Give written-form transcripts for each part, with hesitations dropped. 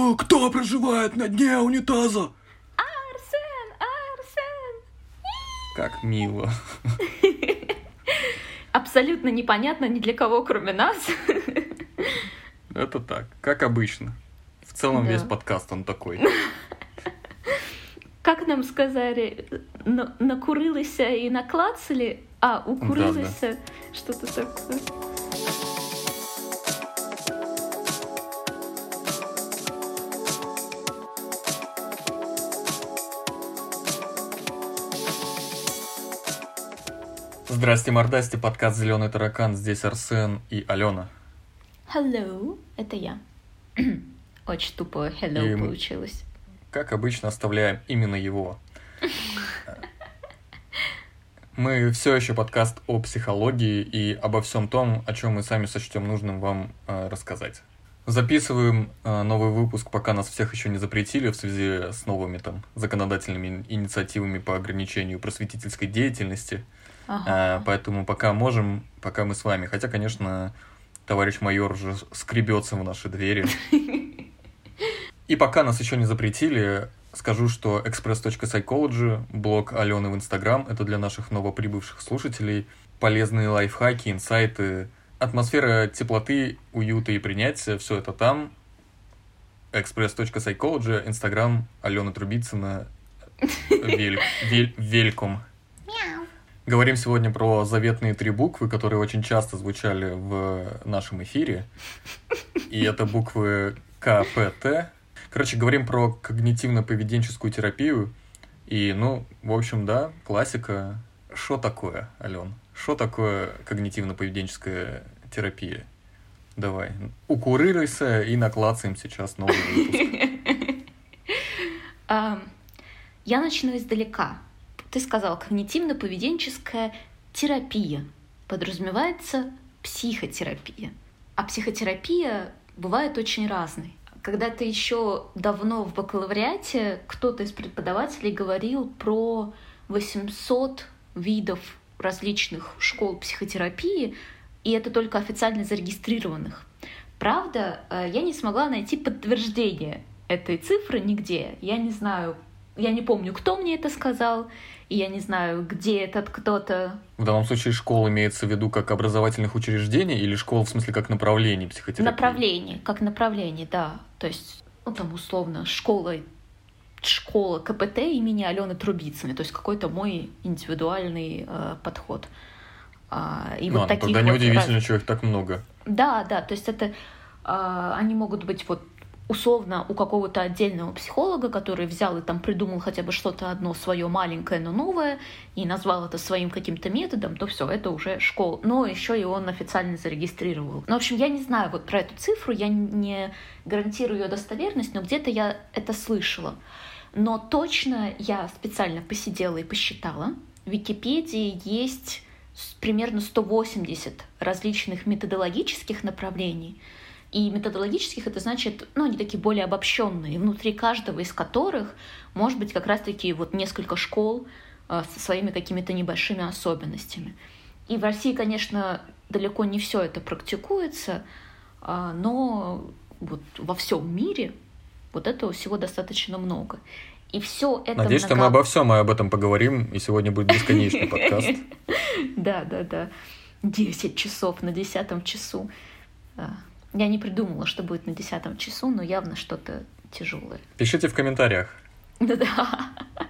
Кто проживает на дне унитаза? Арсен, Арсен. Как мило. Абсолютно непонятно ни для кого, кроме нас. Это так, как обычно. В целом Да. весь подкаст он такой. Как нам сказали, накурилися и наклацали, укурилися, что-то такое. Здрасте, мордасти, подкаст «Зеленый таракан». Здесь Арсен и Алена. Hello, это я. Очень тупое hello И получилось. Как обычно, оставляем именно его. Мы все еще подкаст о психологии и обо всем том, о чем мы сами сочтем нужным вам рассказать. Записываем новый выпуск, пока нас всех еще не запретили в связи с новыми законодательными инициативами по ограничению просветительской деятельности. Ага. Поэтому пока можем, пока мы с вами. Хотя, конечно, товарищ майор уже скребется в наши двери. И пока нас еще не запретили, скажу, что express.psychology, блог Алены в Инстаграм, это для наших новоприбывших слушателей, полезные лайфхаки, инсайты, атмосфера теплоты, уюта и принятия, все это там. express.psychology, Инстаграм Алена Трубицына, вельком. Говорим сегодня про заветные 3 буквы, которые очень часто звучали в нашем эфире. И это буквы КПТ. Короче, говорим про когнитивно-поведенческую терапию. И, в общем, да, классика. Что такое, Ален? Что такое когнитивно-поведенческая терапия? Давай, укурырайся и наклацаем сейчас новый выпуск. Я начну издалека. Ты сказал, когнитивно-поведенческая терапия. Подразумевается психотерапия. А психотерапия бывает очень разной. Когда-то еще давно в бакалавриате кто-то из преподавателей говорил про 800 видов различных школ психотерапии, и это только официально зарегистрированных. Правда, я не смогла найти подтверждение этой цифры нигде. Я не знаю, я не помню, кто мне это сказал, и я не знаю, где этот кто-то. В данном случае школа имеется в виду как образовательных учреждений или школа в смысле как направлений психотерапии? Направление, как направление, да. То есть, условно, школа КПТ имени Алены Трубицыной, то есть какой-то мой индивидуальный подход. И вот таких тогда неудивительно, что их так много. Да, то есть это они могут быть условно у какого-то отдельного психолога, который взял и придумал хотя бы что-то одно свое маленькое, но новое, и назвал это своим каким-то методом, то все, это уже школа. Но еще и он официально зарегистрировал. В общем, я не знаю про эту цифру, я не гарантирую ее достоверность, но где-то я это слышала. Но точно я специально посидела и посчитала. В Википедии есть примерно 180 различных методологических направлений. И методологических это значит, они такие более обобщенные, внутри каждого из которых может быть как раз-таки несколько школ со своими какими-то небольшими особенностями. И в России, конечно, далеко не все это практикуется, но во всем мире этого всего достаточно много. И все это надеюсь, что мы обо всем об этом поговорим, и сегодня будет бесконечный подкаст. Да. 10 часов на 10 часу. Я не придумала, что будет на 10 часу, но явно что-то тяжелое. Пишите в комментариях. Да,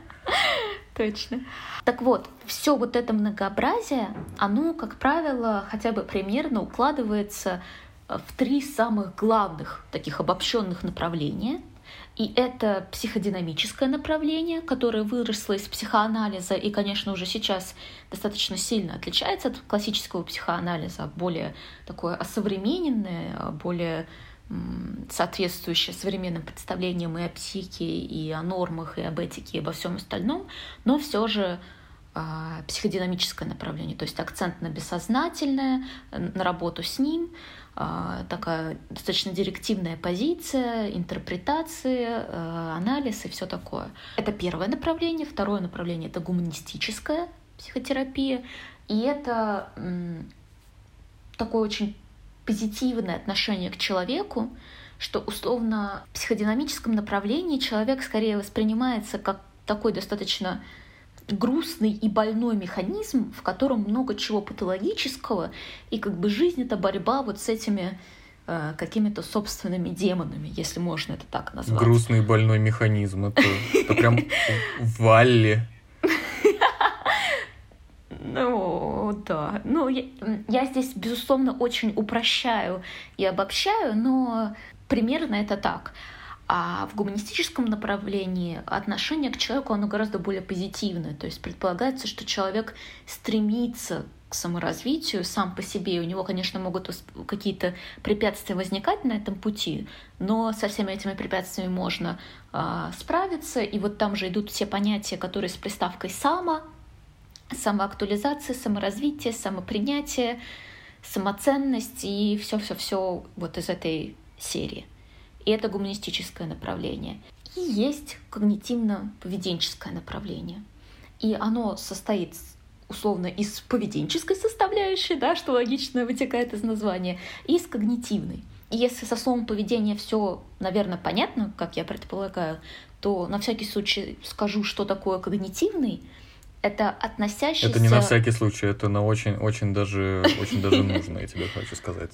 точно. Так вот, все это многообразие, оно, как правило, хотя бы примерно укладывается в 3 самых главных таких обобщенных направления. И это психодинамическое направление, которое выросло из психоанализа и, конечно, уже сейчас достаточно сильно отличается от классического психоанализа, более такое осовремененное, более соответствующее современным представлениям и о психике, и о нормах, и об этике, и обо всем остальном, но все же психодинамическое направление, то есть акцент на бессознательное, на работу с ним, такая достаточно директивная позиция, интерпретации, анализ и все такое. Это первое направление. Второе направление — это гуманистическая психотерапия. И это такое очень позитивное отношение к человеку, что условно в психодинамическом направлении человек скорее воспринимается как такой достаточно грустный и больной механизм, в котором много чего патологического, и как бы жизнь — это борьба вот с этими какими-то собственными демонами, если можно это так назвать. Грустный и больной механизм. Это прям Валли. Ну, да. Ну, я здесь, безусловно, очень упрощаю и обобщаю, но примерно это так. А в гуманистическом направлении отношение к человеку, оно гораздо более позитивное. То есть предполагается, что человек стремится к саморазвитию сам по себе. И у него, конечно, могут какие-то препятствия возникать на этом пути, но со всеми этими препятствиями можно справиться. И вот там же идут все понятия, которые с приставкой «само», самоактуализация, саморазвитие, самопринятие, самоценность и все вот из этой серии. И это гуманистическое направление. И есть когнитивно-поведенческое направление. И оно состоит условно из поведенческой составляющей, да, что логично вытекает из названия, и из когнитивной. И если со словом поведение все, наверное, понятно, как я предполагаю, то на всякий случай скажу, что такое когнитивный. Это относящийся... Это не на всякий случай, это на очень даже нужно, я тебе хочу сказать.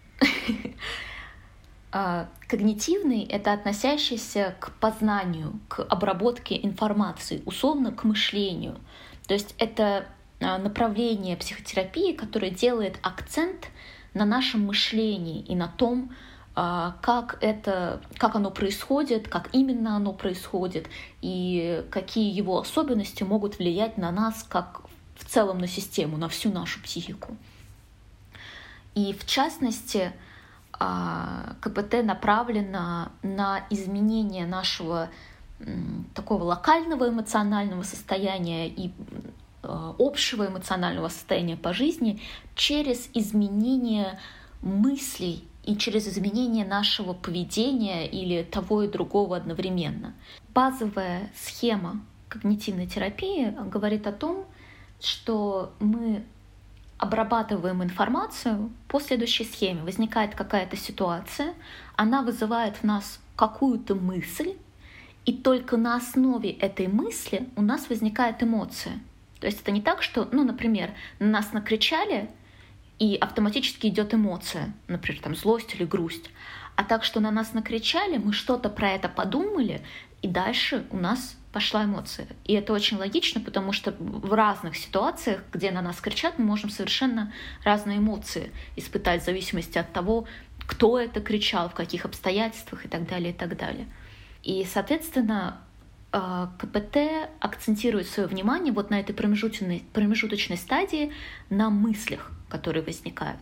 Когнитивный — это относящийся к познанию, к обработке информации, условно к мышлению. То есть это направление психотерапии, которое делает акцент на нашем мышлении и на том, как оно происходит, как именно оно происходит и какие его особенности могут влиять на нас как в целом на систему, на всю нашу психику. И в частности, КПТ направлено на изменение нашего такого локального эмоционального состояния и общего эмоционального состояния по жизни через изменение мыслей и через изменение нашего поведения или того и другого одновременно. Базовая схема когнитивной терапии говорит о том, что мы обрабатываем информацию по следующей схеме. Возникает какая-то ситуация, она вызывает в нас какую-то мысль, и только на основе этой мысли у нас возникает эмоция. То есть это не так, что, например, на нас накричали, и автоматически идет эмоция, например, там злость или грусть. А так, что на нас накричали, мы что-то про это подумали, и дальше у нас пошла эмоция. И это очень логично, потому что в разных ситуациях, где на нас кричат, мы можем совершенно разные эмоции испытать в зависимости от того, кто это кричал, в каких обстоятельствах и так далее, и так далее. И, соответственно, КПТ акцентирует свое внимание вот на этой промежуточной стадии, на мыслях, которые возникают.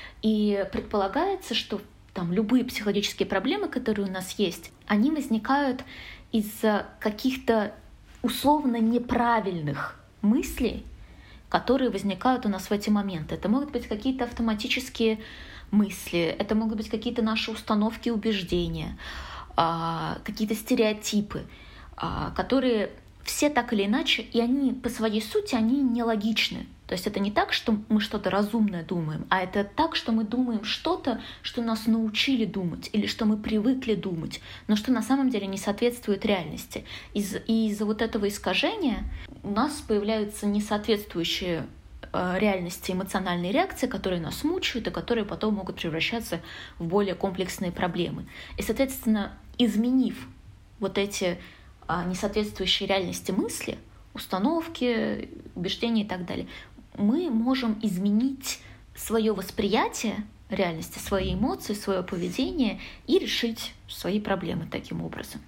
И предполагается, что там любые психологические проблемы, которые у нас есть, они возникают из-за каких-то условно неправильных мыслей, которые возникают у нас в эти моменты. Это могут быть какие-то автоматические мысли, это могут быть какие-то наши установки и убеждения, какие-то стереотипы, которые все так или иначе, и они по своей сути, они нелогичны. То есть это не так, что мы что-то разумное думаем, а это так, что мы думаем что-то, что нас научили думать, или что мы привыкли думать, но что на самом деле не соответствует реальности. И из-за вот этого искажения у нас появляются несоответствующие реальности эмоциональные реакции, которые нас мучают и которые потом могут превращаться в более комплексные проблемы. И, соответственно, изменив вот эти несоответствующие реальности мысли, установки, убеждения и так далее, мы можем изменить свое восприятие реальности, свои эмоции, свое поведение и решить свои проблемы таким образом.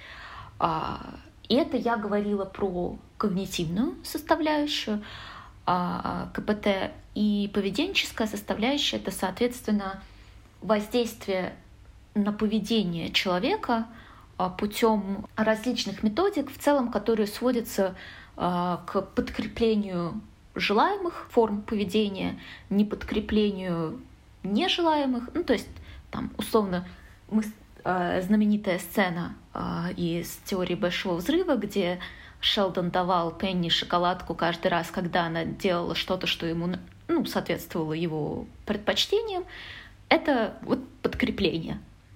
И это я говорила про когнитивную составляющую, КПТ, и поведенческая составляющая — это, соответственно, воздействие на поведение человека путем различных методик, в целом, которые сводятся к подкреплению желаемых форм поведения, не подкреплению нежелаемых. То есть, там, условно, знаменитая сцена из «Теории большого взрыва», где Шелдон давал Пенни шоколадку каждый раз, когда она делала что-то, что ему соответствовало его предпочтениям. Это вот подкрепление.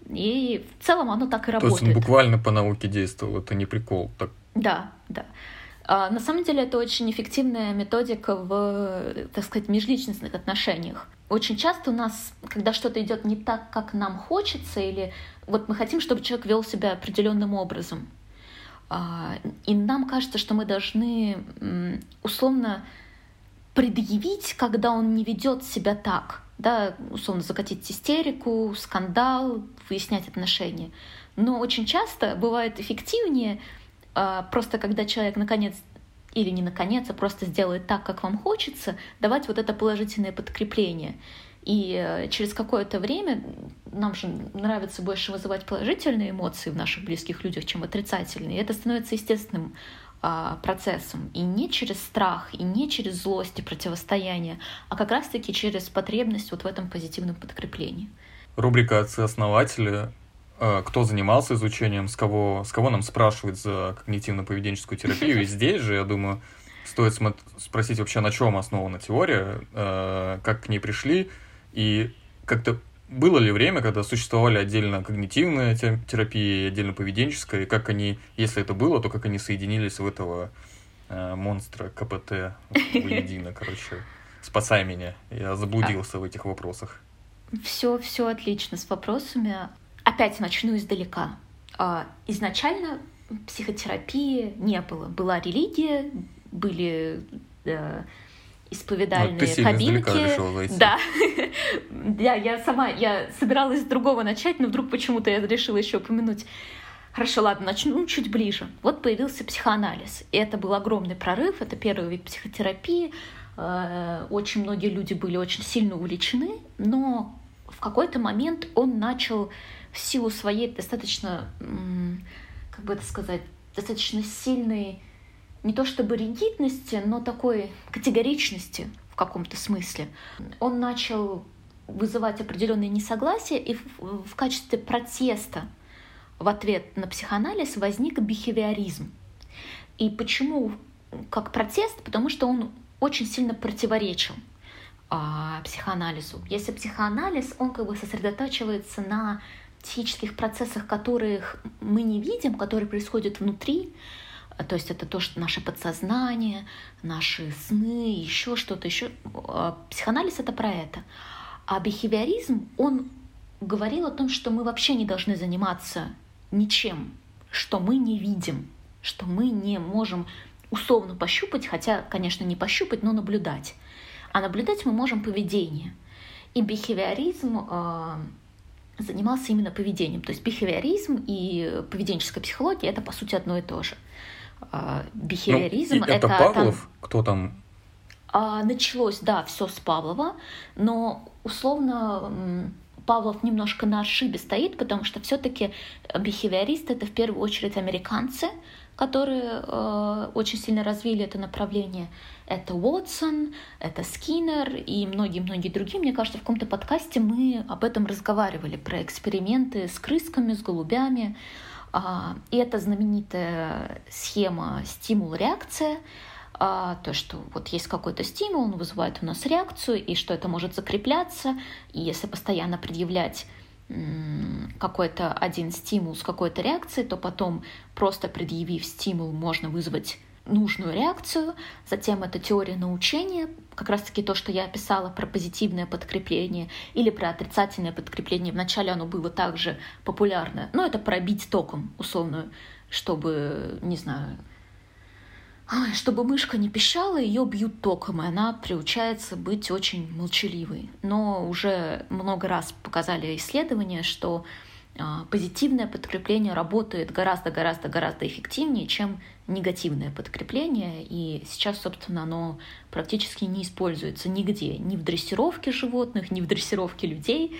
И в целом оно так и То работает. есть он буквально по науке действовал, это не прикол. Так. Да. На самом деле это очень эффективная методика в, так сказать, межличностных отношениях. Очень часто у нас, когда что-то идет не так, как нам хочется, или вот мы хотим, чтобы человек вел себя определенным образом, и нам кажется, что мы должны условно предъявить, когда он не ведет себя так, да, условно закатить истерику, скандал, выяснять отношения. Но очень часто бывает эффективнее просто когда человек наконец, или не наконец, а просто сделает так, как вам хочется, давать вот это положительное подкрепление. И через какое-то время нам же нравится больше вызывать положительные эмоции в наших близких людях, чем отрицательные. И это становится естественным процессом. И не через страх, и не через злость и противостояние, а как раз-таки через потребность вот в этом позитивном подкреплении. Рубрика «Отцы-основатели». Кто занимался изучением, с кого нам спрашивать за когнитивно-поведенческую терапию. И здесь же, я думаю, стоит спросить вообще, на чем основана теория, как к ней пришли, и как-то было ли время, когда существовали отдельно когнитивная терапия и отдельно поведенческая, и как они, если это было, то как они соединились в этого монстра КПТ воедино, короче. Спасай меня, я заблудился в этих вопросах. Все отлично с вопросами. Опять начну издалека. Изначально психотерапии не было. Была религия, были исповедальные кабинки. Да. Я собиралась с другого начать, но вдруг почему-то я решила еще упомянуть. Хорошо, ладно, начну чуть ближе. Вот появился психоанализ. И это был огромный прорыв, это первый вид психотерапии. Очень многие люди были очень сильно увлечены, но в какой-то момент он начал в силу своей достаточно, как бы это сказать, достаточно сильной, не то чтобы ригидности, но такой категоричности в каком-то смысле. Он начал вызывать определенные несогласия, и в качестве протеста в ответ на психоанализ возник бихевиоризм. И почему как протест? Потому что он очень сильно противоречил психоанализу. Если психоанализ, он как бы сосредотачивается на психических процессах, которых мы не видим, которые происходят внутри, то есть это то, что наше подсознание, наши сны, еще что-то еще. Психоанализ — это про это. А бихевиоризм, он говорил о том, что мы вообще не должны заниматься ничем, что мы не видим, что мы не можем условно пощупать, хотя, конечно, не пощупать, но наблюдать. А наблюдать мы можем поведение. И бихевиоризм занимался именно поведением. То есть бихевиоризм и поведенческая психология — это, по сути, одно и то же. Бихевиоризм — это Павлов? Кто там? Началось, да, все с Павлова, но условно Павлов немножко на отшибе стоит, потому что все-таки бихевиористы — это в первую очередь американцы, которые очень сильно развили это направление. Это Уотсон, это Скиннер и многие-многие другие. Мне кажется, в каком-то подкасте мы об этом разговаривали, про эксперименты с крысками, с голубями. И это знаменитая схема стимул-реакция. То, что вот есть какой-то стимул, он вызывает у нас реакцию, и что это может закрепляться. И если постоянно предъявлять какой-то один стимул с какой-то реакцией, то потом, просто предъявив стимул, можно вызвать нужную реакцию. Затем это теория научения, как раз-таки то, что я описала про позитивное подкрепление или про отрицательное подкрепление. Вначале оно было также популярно, но это пробить током, условно, чтобы, не знаю, чтобы мышка не пищала, ее бьют током, и она приучается быть очень молчаливой. Но уже много раз показали исследования, что позитивное подкрепление работает гораздо эффективнее, чем негативное подкрепление. И сейчас, собственно, оно практически не используется нигде, ни в дрессировке животных, ни в дрессировке людей.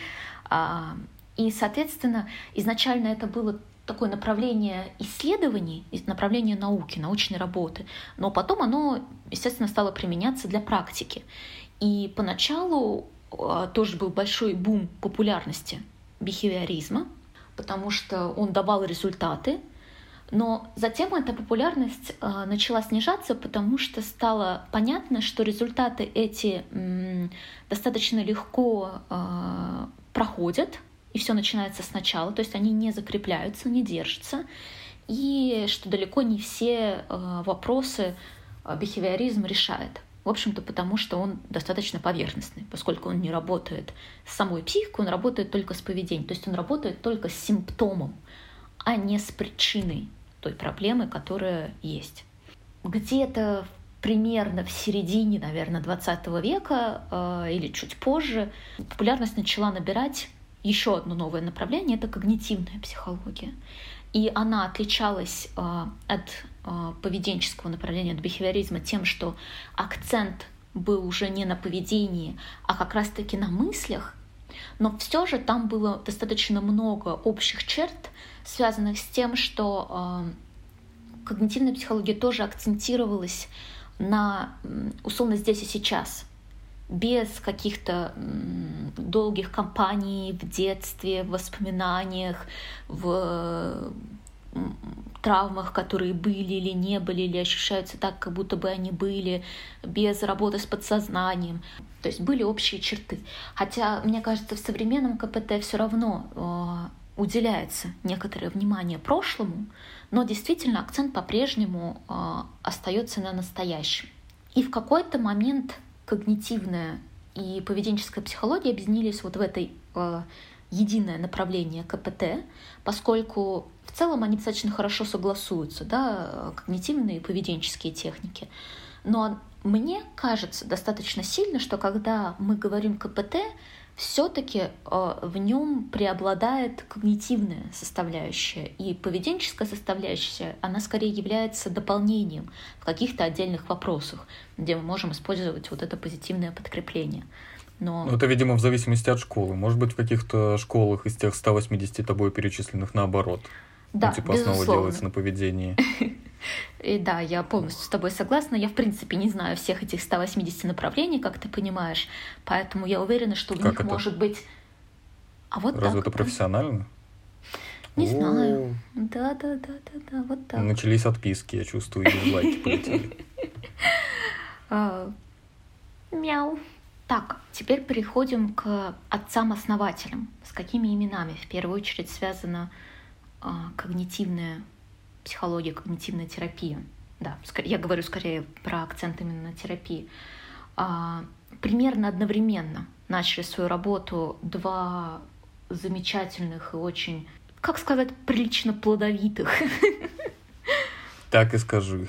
И, соответственно, изначально это было такое направление исследований, направление науки, научной работы. Но потом оно, естественно, стало применяться для практики. И поначалу тоже был большой бум популярности бихевиоризма, потому что он давал результаты. Но затем эта популярность начала снижаться, потому что стало понятно, что результаты эти достаточно легко проходят и все начинается сначала, то есть они не закрепляются, не держатся, и что далеко не все вопросы бихевиоризм решает. В общем-то, потому что он достаточно поверхностный, поскольку он не работает с самой психикой, он работает только с поведением, то есть он работает только с симптомом, а не с причиной той проблемы, которая есть. Где-то примерно в середине, наверное, 20 века или чуть позже популярность начала набирать еще одно новое направление — это когнитивная психология. И она отличалась от поведенческого направления, от бихевиоризма тем, что акцент был уже не на поведении, а как раз-таки на мыслях, но все же там было достаточно много общих черт, связанных с тем, что когнитивная психология тоже акцентировалась на условно здесь и сейчас, без каких-то долгих кампаний в детстве, в воспоминаниях, в травмах, которые были или не были, или ощущаются так, как будто бы они были, без работы с подсознанием. То есть были общие черты. Хотя, мне кажется, в современном КПТ все равно уделяется некоторое внимание прошлому, но действительно акцент по-прежнему остается на настоящем. И в какой-то момент когнитивная и поведенческая психология объединились вот в это единое направление КПТ, поскольку в целом они достаточно хорошо согласуются, да, когнитивные и поведенческие техники. Но мне кажется достаточно сильно, что когда мы говорим КПТ, все-таки в нем преобладает когнитивная составляющая, и поведенческая составляющая, она скорее является дополнением в каких-то отдельных вопросах, где мы можем использовать вот это позитивное подкрепление. Но это, видимо, в зависимости от школы. Может быть, в каких-то школах из тех 180 тобой перечисленных наоборот. Да, основа безусловно. делается на поведении. И да, я полностью с тобой согласна. Я, в принципе, не знаю всех этих 180 направлений, как ты понимаешь, поэтому я уверена, что в них может быть... А вот разве так это профессионально? Не знаю. Да, вот так. Начались отписки, я чувствую, дизлайки полетели. Мяу. Так, теперь переходим к отцам-основателям. С какими именами в первую очередь связана когнитивная психология, когнитивная терапия? Да, я говорю скорее про акцент именно на терапии. Примерно одновременно начали свою работу два замечательных и очень, как сказать, прилично плодовитых. Так и скажи.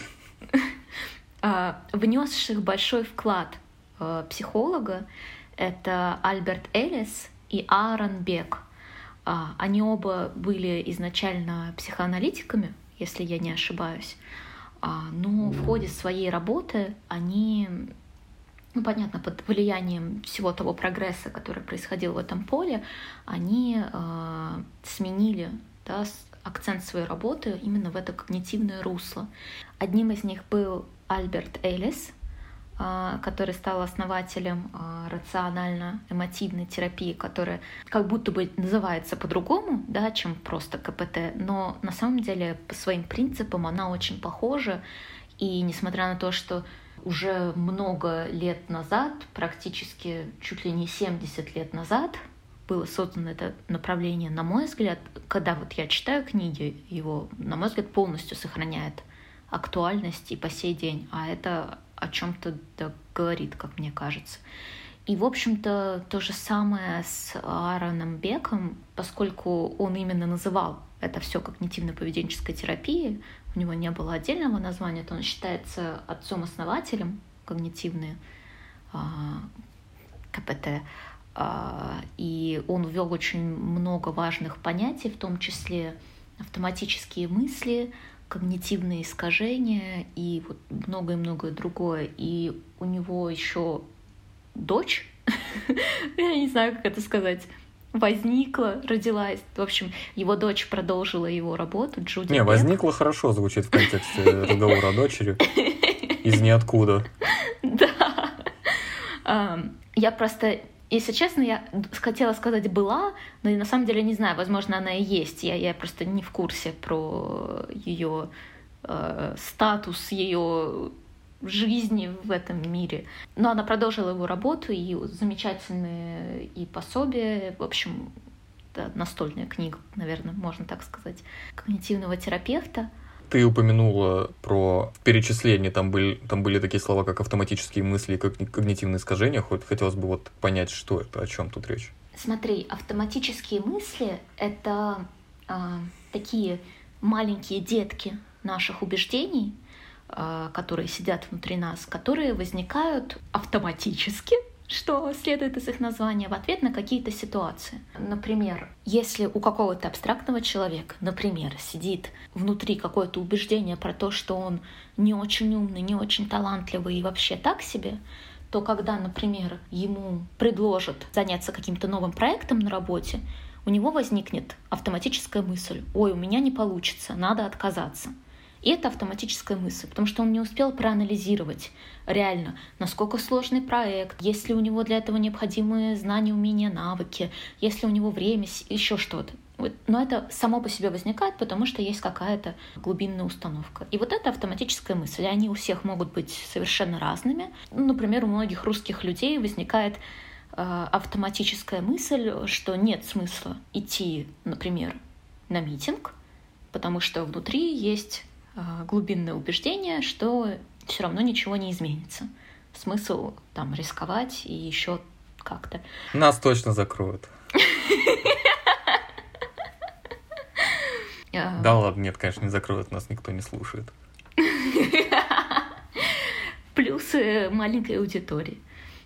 Внесших большой вклад психолога — это Альберт Эллис и Аарон Бек. Они оба были изначально психоаналитиками, если я не ошибаюсь, но в ходе своей работы они, понятно, под влиянием всего того прогресса, который происходил в этом поле, они сменили, да, акцент своей работы именно в это когнитивное русло. Одним из них был Альберт Эллис, который стал основателем рационально-эмотивной терапии, которая как будто бы называется по-другому, да, чем просто КПТ, но на самом деле по своим принципам она очень похожа. И несмотря на то, что уже много лет назад, практически чуть ли не 70 лет назад, было создано это направление, на мой взгляд, когда вот я читаю книги, его, на мой взгляд, полностью сохраняет актуальность и по сей день, а это о чем-то говорит, как мне кажется. И, в общем-то, то же самое с Аароном Беком, поскольку он именно называл это все когнитивно-поведенческой терапией, у него не было отдельного названия, то он считается отцом-основателем когнитивной КПТ. И он ввел очень много важных понятий, в том числе автоматические мысли, когнитивные искажения и вот многое-многое другое. И у него еще дочь, я не знаю, как это сказать, возникла, родилась. В общем, его дочь продолжила его работу, Джуди Бек. Возникла хорошо звучит в контексте разговора о дочери. Из ниоткуда. Да. Я просто... Если честно, я хотела сказать «была», но на самом деле не знаю, возможно, она и есть. Я просто не в курсе про ее статус, ее жизни в этом мире. Но она продолжила его работу, и замечательные и пособия. В общем, Это настольная книга, наверное, можно так сказать, когнитивного терапевта. Ты упомянула про перечисление, там были такие слова, как автоматические мысли и когнитивные искажения. Хотелось бы вот понять, что это, о чем тут речь. Смотри, автоматические мысли — это такие маленькие детки наших убеждений, которые сидят внутри нас, которые возникают автоматически, что следует из их названия, в ответ на какие-то ситуации. Например, если у какого-то абстрактного человека, например, сидит внутри какое-то убеждение про то, что он не очень умный, не очень талантливый и вообще так себе, то когда, например, ему предложат заняться каким-то новым проектом на работе, у него возникнет автоматическая мысль: «Ой, у меня не получится, надо отказаться». И это автоматическая мысль, потому что он не успел проанализировать реально, насколько сложный проект, есть ли у него для этого необходимые знания, умения, навыки, есть ли у него время, еще что-то. Но это само по себе возникает, потому что есть какая-то глубинная установка. И вот это автоматическая мысль. И они у всех могут быть совершенно разными. Например, у многих русских людей возникает автоматическая мысль, что нет смысла идти, например, на митинг, потому что внутри есть глубинное убеждение, что все равно ничего не изменится. Смысл там рисковать и еще как-то. Нас точно закроют. Да ладно, нет, конечно, не закроют, нас никто не слушает. Плюсы маленькой аудитории.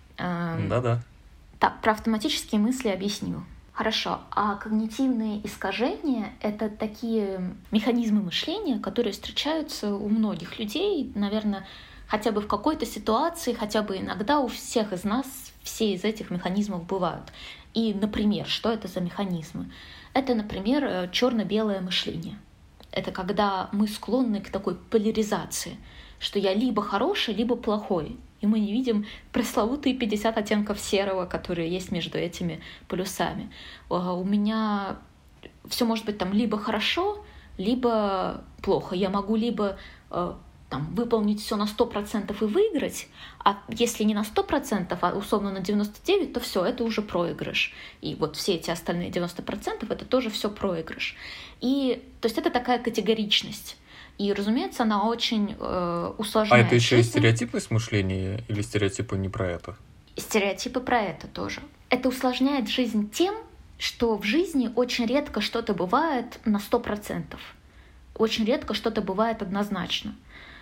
Да-да. Так, про автоматические мысли объясню. Хорошо, а когнитивные искажения — это такие механизмы мышления, которые встречаются у многих людей, наверное, хотя бы в какой-то ситуации, хотя бы иногда у всех из нас все из этих механизмов бывают. И, например, что это за механизмы? Это, например, черно-белое мышление. Это когда мы склонны к такой поляризации, что я либо хороший, либо плохой. И мы не видим пресловутые 50 оттенков серого, которые есть между этими полюсами. У меня все может быть там либо хорошо, либо плохо. Я могу либо там выполнить все на 100% и выиграть, а если не на 100%, а условно на 99%, то все, это уже проигрыш. И вот все эти остальные 90% это тоже все проигрыш. И то есть это такая категоричность. И, разумеется, она очень усложняет. А это еще и стереотипность мышления или стереотипы не про это? Стереотипы про это тоже. Это усложняет жизнь тем, что в жизни очень редко что-то бывает на 100%. Очень редко что-то бывает однозначно.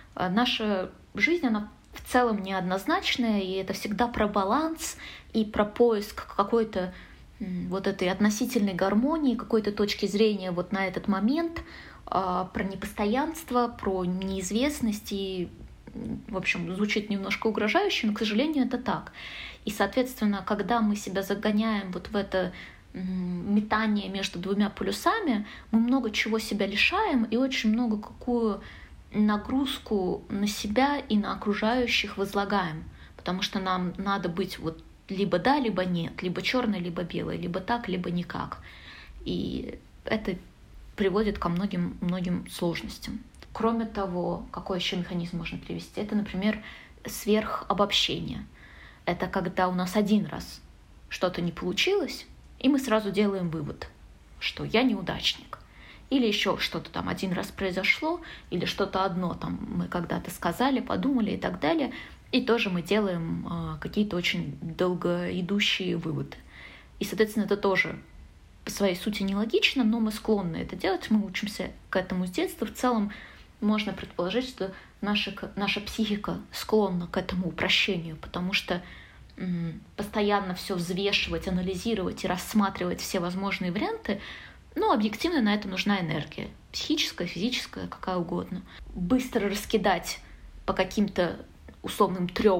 Наша жизнь, она в целом неоднозначная, и это всегда про баланс и про поиск какой-то вот этой относительной гармонии, какой-то точки зрения вот на этот момент, про непостоянство, про неизвестность. И, в общем, звучит немножко угрожающе, но, к сожалению, это так. И, соответственно, когда мы себя загоняем вот в это метание между двумя полюсами, мы много чего себя лишаем и очень много какую нагрузку на себя и на окружающих возлагаем. Потому что нам надо быть вот либо да, либо нет, либо черное, либо белое, либо так, либо никак. И это приводит ко многим сложностям. Кроме того, какой еще механизм можно привести? Это, например, сверхобобщение. Это когда у нас один раз что-то не получилось, и мы сразу делаем вывод, что я неудачник. Или еще что-то там один раз произошло, или что-то одно там мы когда-то сказали, подумали и так далее, и тоже мы делаем какие-то очень долгоидущие выводы. И, соответственно, это тоже по своей сути нелогично, но мы склонны это делать, мы учимся к этому с детства. В целом можно предположить, что наша психика склонна к этому упрощению, потому что постоянно все взвешивать, анализировать и рассматривать все возможные варианты, но объективно на это нужна энергия. Психическая, физическая, какая угодно. Быстро раскидать по каким-то условным 3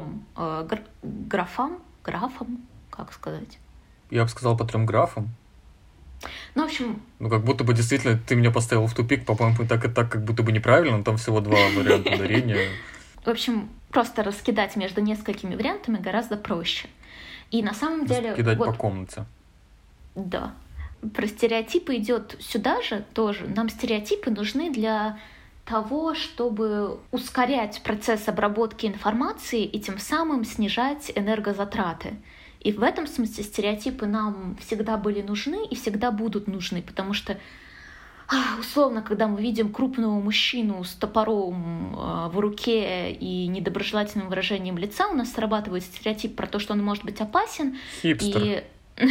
графам, как сказать? Я бы сказал по 3 графам. Ну, в общем... как будто бы действительно ты меня поставил в тупик, по-моему, так и так, как будто бы неправильно, но там всего 2 варианта ударения. В общем, просто раскидать между несколькими вариантами гораздо проще. И на самом деле... Раскидать по комнате. Да. Про стереотипы идет сюда же тоже. Нам стереотипы нужны для того, чтобы ускорять процесс обработки информации и тем самым снижать энергозатраты. И в этом смысле стереотипы нам всегда были нужны и всегда будут нужны, потому что условно, когда мы видим крупного мужчину с топором в руке и недоброжелательным выражением лица, у нас срабатывает стереотип про то, что он может быть опасен. Хипстер.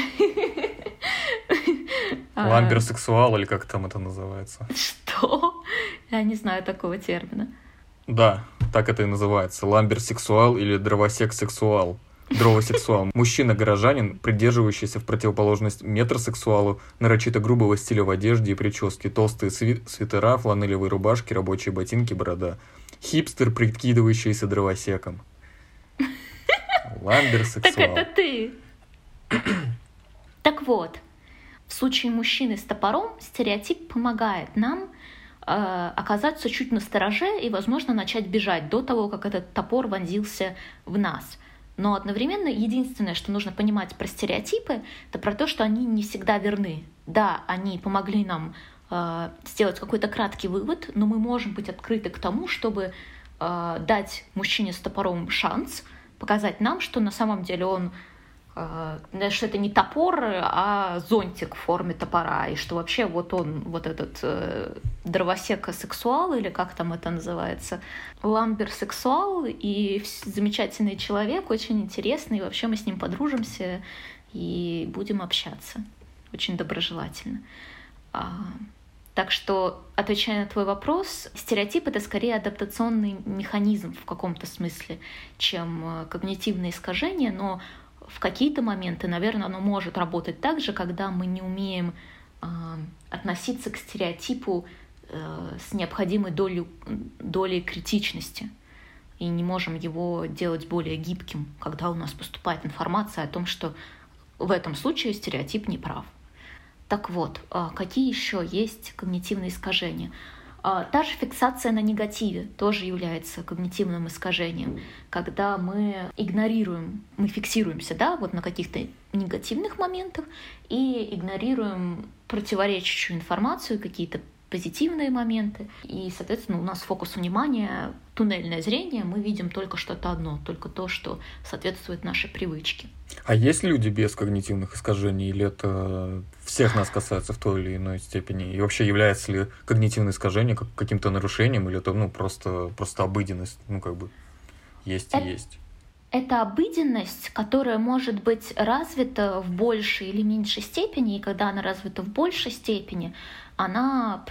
Ламберсексуал, или как там это называется? Что? Я не знаю такого термина. Да, так это и называется. Ламберсексуал или дровосек-сексуал. Дровосексуал. Мужчина-горожанин, придерживающийся в противоположность метросексуалу, нарочито грубого стиля в одежде и прическе, толстые свитера, фланелевые рубашки, рабочие ботинки, борода. Хипстер, прикидывающийся дровосеком. Ламберсексуал. Так это ты. Так вот, в случае мужчины с топором стереотип помогает нам оказаться чуть настороже и, возможно, начать бежать до того, как этот топор вонзился в нас. Но одновременно единственное, что нужно понимать про стереотипы, это про то, что они не всегда верны. Да, они помогли нам сделать какой-то краткий вывод, но мы можем быть открыты к тому, чтобы дать мужчине с топором шанс, показать нам, что на самом деле он, что это не топор, а зонтик в форме топора, и что вообще вот он, вот этот дровосека-сексуал, или как там это называется, ламберсексуал, и замечательный человек, очень интересный, и вообще мы с ним подружимся и будем общаться очень доброжелательно. Так что, отвечая на твой вопрос, стереотип — это скорее адаптационный механизм в каком-то смысле, чем когнитивное искажение, но в какие-то моменты, наверное, оно может работать так же, когда мы не умеем относиться к стереотипу с необходимой долей критичности и не можем его делать более гибким, когда у нас поступает информация о том, что в этом случае стереотип не прав. Так вот, какие еще есть когнитивные искажения? Та же фиксация на негативе тоже является когнитивным искажением, когда мы игнорируем, мы фиксируемся, да, вот на каких-то негативных моментах и игнорируем противоречащую информацию, какие-то позитивные моменты. И, соответственно, у нас фокус внимания, туннельное зрение, мы видим только что-то одно, только то, что соответствует нашей привычке. А есть люди без когнитивных искажений, или это всех нас касается в той или иной степени? И вообще является ли когнитивное искажение каким-то нарушением, или это просто обыденность, есть и есть? Это обыденность, которая может быть развита в большей или меньшей степени, и когда она развита в большей степени, она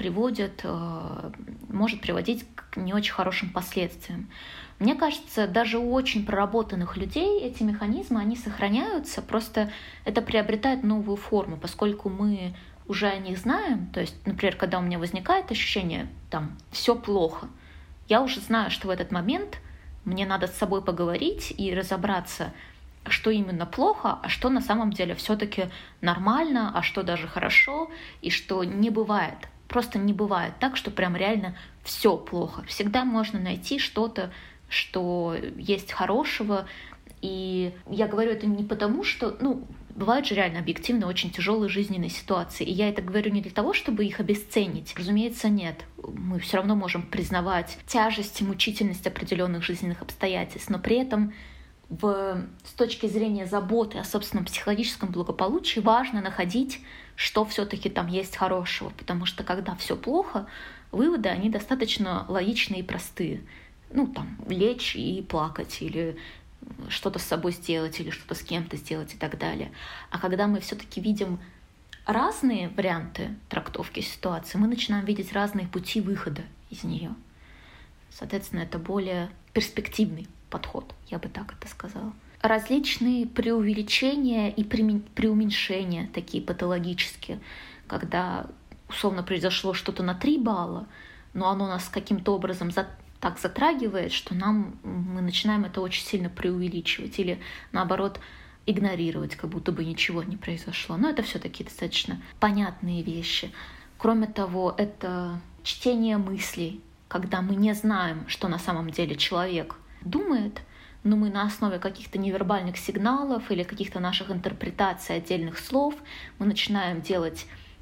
может приводить к не очень хорошим последствиям. Мне кажется, даже у очень проработанных людей эти механизмы, они сохраняются, просто это приобретает новую форму, поскольку мы уже о них знаем. То есть, например, когда у меня возникает ощущение, все плохо, я уже знаю, что в этот момент мне надо с собой поговорить и разобраться, что именно плохо, а что на самом деле все-таки нормально, а что даже хорошо, и что не бывает. Просто не бывает так, что прям реально все плохо. Всегда можно найти что-то, что есть хорошего. И я говорю это не потому, что... бывают же реально объективно очень тяжелые жизненные ситуации. И я это говорю не для того, чтобы их обесценить. Разумеется, нет. Мы все равно можем признавать тяжесть и мучительность определенных жизненных обстоятельств, но при этом с точки зрения заботы о собственном психологическом благополучии важно находить, что все-таки там есть хорошего, потому что когда все плохо, выводы, они достаточно логичные и простые. Лечь и плакать, или что-то с собой сделать, или что-то с кем-то сделать и так далее. А когда мы все-таки видим разные варианты трактовки ситуации, мы начинаем видеть разные пути выхода из нее. Соответственно, это более перспективный подход, я бы так это сказала. Различные преувеличения и преуменьшения, такие патологические, когда условно произошло что-то на 3 балла, но оно нас каким-то образом так затрагивает, что мы начинаем это очень сильно преувеличивать или, наоборот, игнорировать, как будто бы ничего не произошло. Но это все-таки достаточно понятные вещи. Кроме того, это чтение мыслей, когда мы не знаем, что на самом деле человек думает, но мы на основе каких-то невербальных сигналов или каких-то наших интерпретаций отдельных слов мы начинаем делать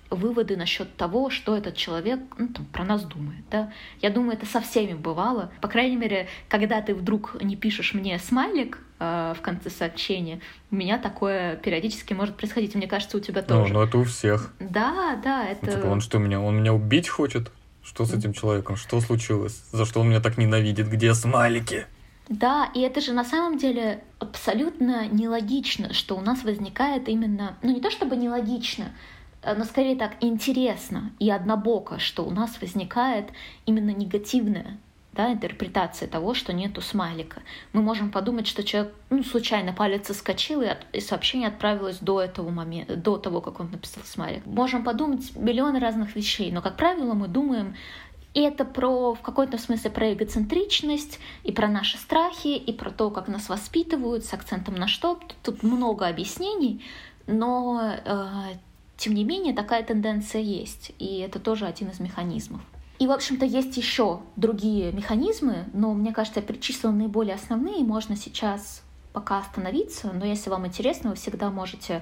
выводы насчет того, что этот человек про нас думает. Да? Я думаю, это со всеми бывало. По крайней мере, когда ты вдруг не пишешь мне смайлик в конце сообщения, у меня такое периодически может происходить. Мне кажется, у тебя тоже. Ну, это у всех. Да, это... Типа, он меня убить хочет? Что с этим человеком? Что случилось? За что он меня так ненавидит? Где смайлики? Да, и это же на самом деле абсолютно нелогично, что у нас возникает именно... не то чтобы нелогично, но скорее так интересно и однобоко, что у нас возникает именно негативная интерпретация того, что нету смайлика. Мы можем подумать, что человек случайно палец соскочил, и сообщение отправилось до этого момента, до того, как он написал смайлик. Можем подумать миллион разных вещей, но, как правило, мы думаем, и это в какой-то смысле про эгоцентричность, и про наши страхи, и про то, как нас воспитывают, с акцентом на что. Тут много объяснений, но тем не менее такая тенденция есть, и это тоже один из механизмов. И, в общем-то, есть еще другие механизмы, но, мне кажется, я перечислила наиболее основные, можно сейчас пока остановиться, но если вам интересно, вы всегда можете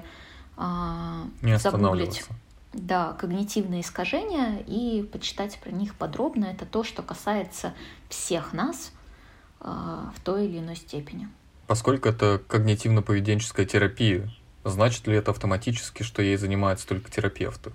загуглить когнитивные искажения и почитать про них подробно. Это то, что касается всех нас в той или иной степени. Поскольку это когнитивно-поведенческая терапия, значит ли это автоматически, что ей занимаются только терапевты?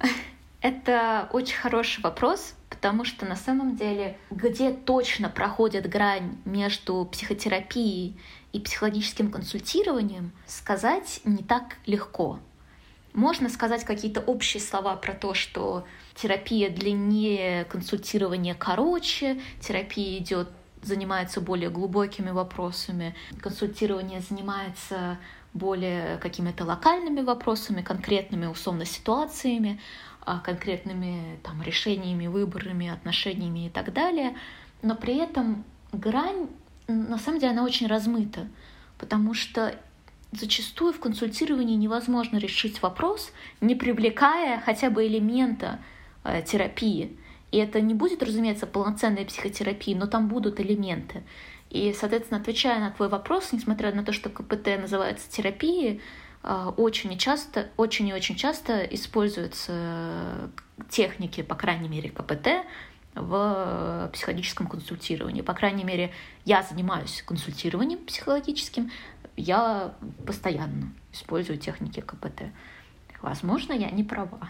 Это очень хороший вопрос, потому что на самом деле, где точно проходит грань между психотерапией и психологическим консультированием, сказать не так легко. Можно сказать какие-то общие слова про то, что терапия длиннее, консультирование короче, терапия занимается более глубокими вопросами, консультирование занимается более какими-то локальными вопросами, конкретными условно ситуациями, конкретными решениями, выборами, отношениями и так далее. Но при этом грань, на самом деле, она очень размыта, потому что зачастую в консультировании невозможно решить вопрос, не привлекая хотя бы элемента терапии. И это не будет, разумеется, полноценной психотерапии, но там будут элементы. И, соответственно, отвечая на твой вопрос, несмотря на то, что КПТ называется терапией, очень и очень часто используются техники, по крайней мере, КПТ в психологическом консультировании. По крайней мере, я занимаюсь консультированием психологическим, я постоянно использую техники КПТ. Возможно, я не права.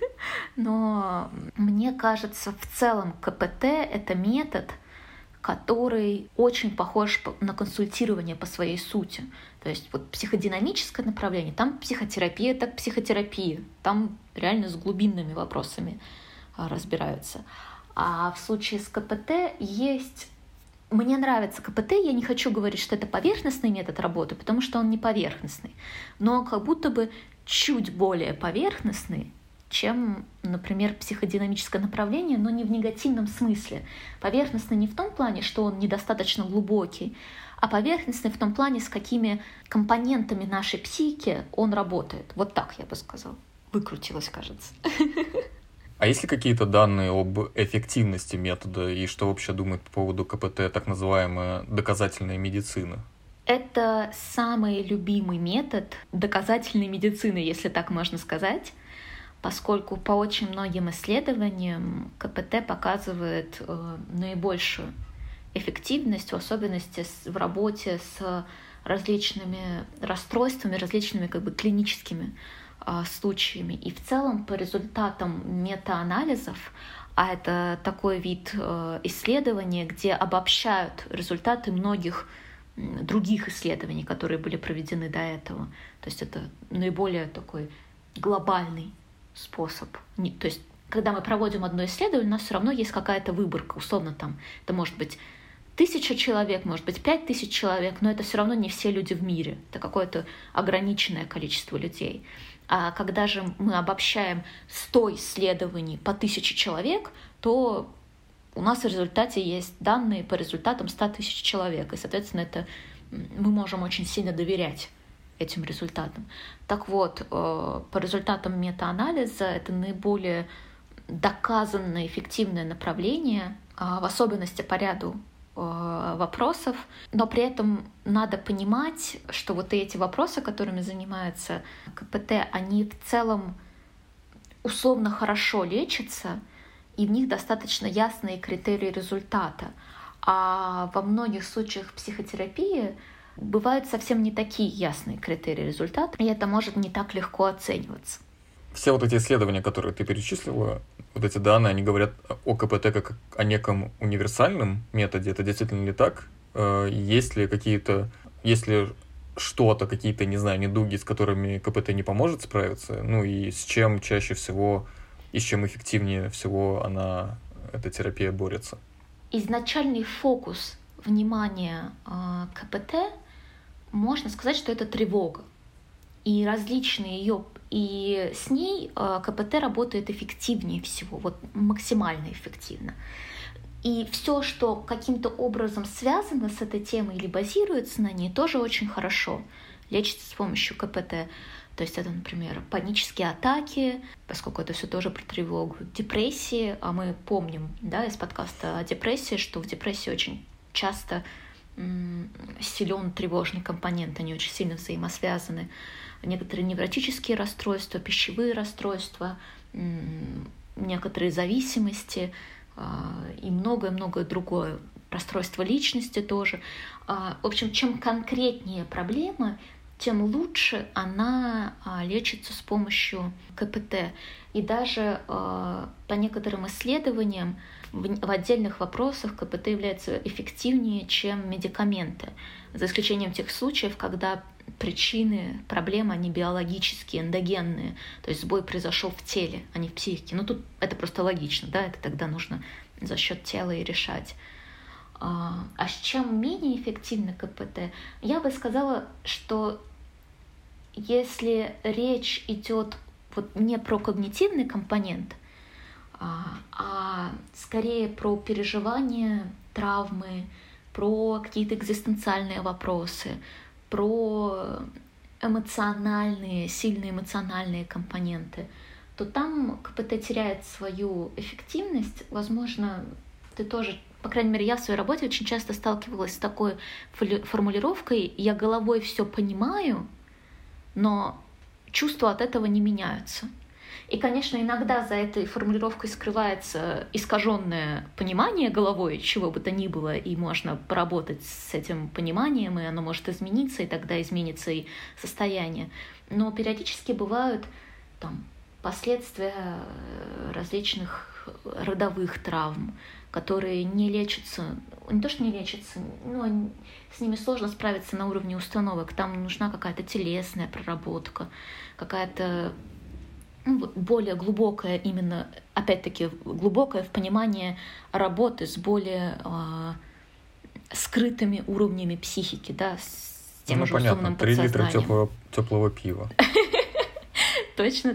Но мне кажется, в целом КПТ — это метод, который очень похож на консультирование по своей сути. То есть психодинамическое направление, там психотерапия, так психотерапия. Там реально с глубинными вопросами разбираются. А в случае с КПТ есть... Мне нравится КПТ, я не хочу говорить, что это поверхностный метод работы, потому что он не поверхностный, но как будто бы чуть более поверхностный, чем, например, психодинамическое направление, но не в негативном смысле. Поверхностный не в том плане, что он недостаточно глубокий, а поверхностный в том плане, с какими компонентами нашей психики он работает. Вот так я бы сказала. Выкрутилась, кажется. А есть ли какие-то данные об эффективности метода и что вообще думает по поводу КПТ так называемая доказательная медицина? Это самый любимый метод доказательной медицины, если так можно сказать, поскольку по очень многим исследованиям КПТ показывает наибольшую эффективность, в особенности в работе с различными расстройствами, различными клиническими случаями. И в целом по результатам метаанализов, а это такой вид исследования, где обобщают результаты многих других исследований, которые были проведены до этого. То есть это наиболее такой глобальный способ. То есть когда мы проводим одно исследование, у нас все равно есть какая-то выборка. Условно это может быть 1000 человек, может быть 5000 человек, но это все равно не все люди в мире. Это какое-то ограниченное количество людей. А когда же мы обобщаем 100 исследований по 1000 человек, то у нас в результате есть данные по результатам 100 000 человек. И, соответственно, мы можем очень сильно доверять этим результатам. Так вот, по результатам метаанализа это наиболее доказанное эффективное направление, в особенности по ряду вопросов, но при этом надо понимать, что эти вопросы, которыми занимается КПТ, они в целом условно хорошо лечатся, и в них достаточно ясные критерии результата. А во многих случаях психотерапии бывают совсем не такие ясные критерии результата, и это может не так легко оцениваться. Все вот эти исследования, которые ты перечислила, вот эти данные, они говорят о КПТ как о неком универсальном методе. Это действительно ли так? Есть ли что-то, какие-то, не знаю, недуги, с которыми КПТ не поможет справиться? Ну и с чем чаще всего и с чем эффективнее всего эта терапия борется? Изначальный фокус внимания КПТ, можно сказать, что это тревога. И и с ней КПТ работает эффективнее всего, вот максимально эффективно. И все, что каким-то образом связано с этой темой или базируется на ней, тоже очень хорошо лечится с помощью КПТ. То есть это, например, панические атаки, поскольку это все тоже про тревогу, депрессии, а мы помним, да, из подкаста о депрессии, что в депрессии очень часто силен тревожный компонент, они очень сильно взаимосвязаны. Некоторые невротические расстройства, пищевые расстройства, некоторые зависимости и многое-многое другое. Расстройство личности тоже. В общем, чем конкретнее проблема, тем лучше она лечится с помощью КПТ. И даже по некоторым исследованиям в отдельных вопросах КПТ является эффективнее, чем медикаменты, за исключением тех случаев, когда причины проблемы, они биологические, эндогенные, то есть сбой произошел в теле, а не в психике. Ну тут это просто логично, да, это тогда нужно за счет тела и решать. А с чем менее эффективно КПТ? Я бы сказала, что если речь идет вот не про когнитивный компонент, а скорее про переживания, травмы, про какие-то экзистенциальные вопросы, про сильные эмоциональные компоненты, то там КПТ теряет свою эффективность. Возможно, ты тоже, по крайней мере, я в своей работе очень часто сталкивалась с такой формулировкой: я головой все понимаю, но чувства от этого не меняются. И, конечно, иногда за этой формулировкой скрывается искаженное понимание головой, чего бы то ни было, и можно поработать с этим пониманием, и оно может измениться, и тогда изменится и состояние. Но периодически бывают последствия различных родовых травм, которые не лечатся, не то что не лечатся, но с ними сложно справиться на уровне установок. Там нужна какая-то телесная проработка, какая-то более глубокая, именно, опять-таки, глубокая в понимании работы с более скрытыми уровнями психики, да, с тем же условным подсознанием. 3 литра теплого пива. Точно.